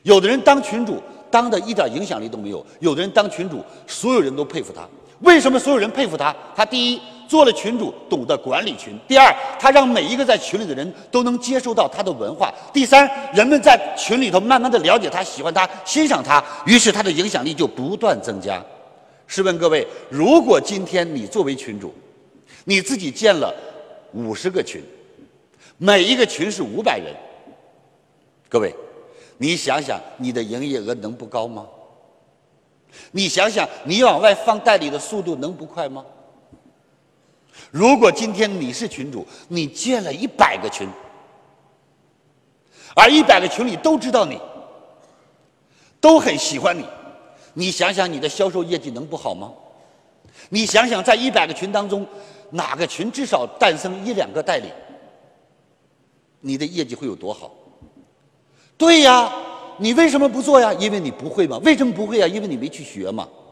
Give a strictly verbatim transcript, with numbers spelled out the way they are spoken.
有的人当群主当的一点影响力都没有，有的人当群主所有人都佩服他。为什么所有人佩服他？他第一，做了群主懂得管理群；第二，他让每一个在群里的人都能接受到他的文化；第三，人们在群里头慢慢的了解他、喜欢他、欣赏他，于是他的影响力就不断增加。试问各位，如果今天你作为群主，你自己建了五十个群，每一个群是五百人，各位，你想想你的营业额能不高吗？你想想你往外放代理的速度能不快吗？如果今天你是群主，你建了一百个群，而一百个群里都知道你，都很喜欢你，你想想你的销售业绩能不好吗？你想想在一百个群当中，哪个群至少诞生一两个代理，你的业绩会有多好？对呀，你为什么不做呀？因为你不会嘛。为什么不会呀？因为你没去学嘛。